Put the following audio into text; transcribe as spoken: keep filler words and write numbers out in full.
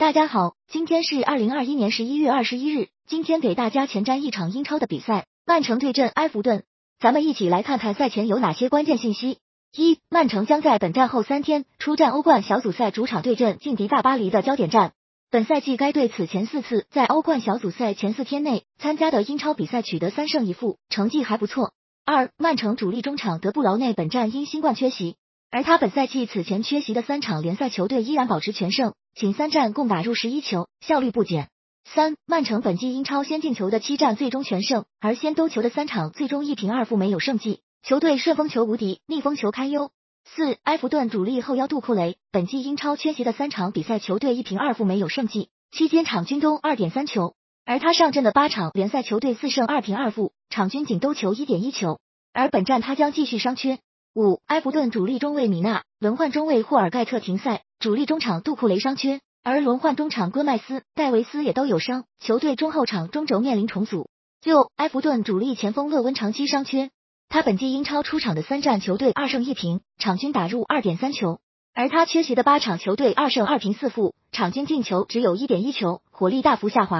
大家好，今天是二零二一年十一月二十一日，今天给大家前瞻一场英超的比赛，曼城对阵埃弗顿。咱们一起来看看赛前有哪些关键信息。一、曼城将在本战后三天出战欧冠小组赛主场对阵劲敌大巴黎的焦点战。本赛季该队此前四次在欧冠小组赛前四天内参加的英超比赛取得三胜一负，成绩还不错。二、曼城主力中场德布劳内本战因新冠缺席，而他本赛季此前缺席的三场联赛球队依然保持全胜，仅三战共打入十一球，效率不减。三、曼城本季英超先进球的七战最终全胜，而先丢球的三场最终一平二负没有胜绩，球队顺风球无敌，逆风球堪忧。四、埃弗顿主力后腰杜库雷，本季英超缺席的三场比赛球队一平二负没有胜绩，期间场均东 二点三球，而他上阵的八场联赛球队四胜二平二负，场均仅兜球 一点一球，而本战他将继续伤缺。五、埃弗顿主力中卫米纳，轮换中卫霍尔盖特停赛，主力中场杜库雷伤缺，而轮换中场戈麦斯、戴维斯也都有伤，球队中后场中轴面临重组。六、埃弗顿主力前锋勒温长期伤缺，他本季英超出场的三战球队二胜一平，场均打入 二点三球，而他缺席的八场球队二胜二平四负，场均进球只有 一点一球，火力大幅下滑。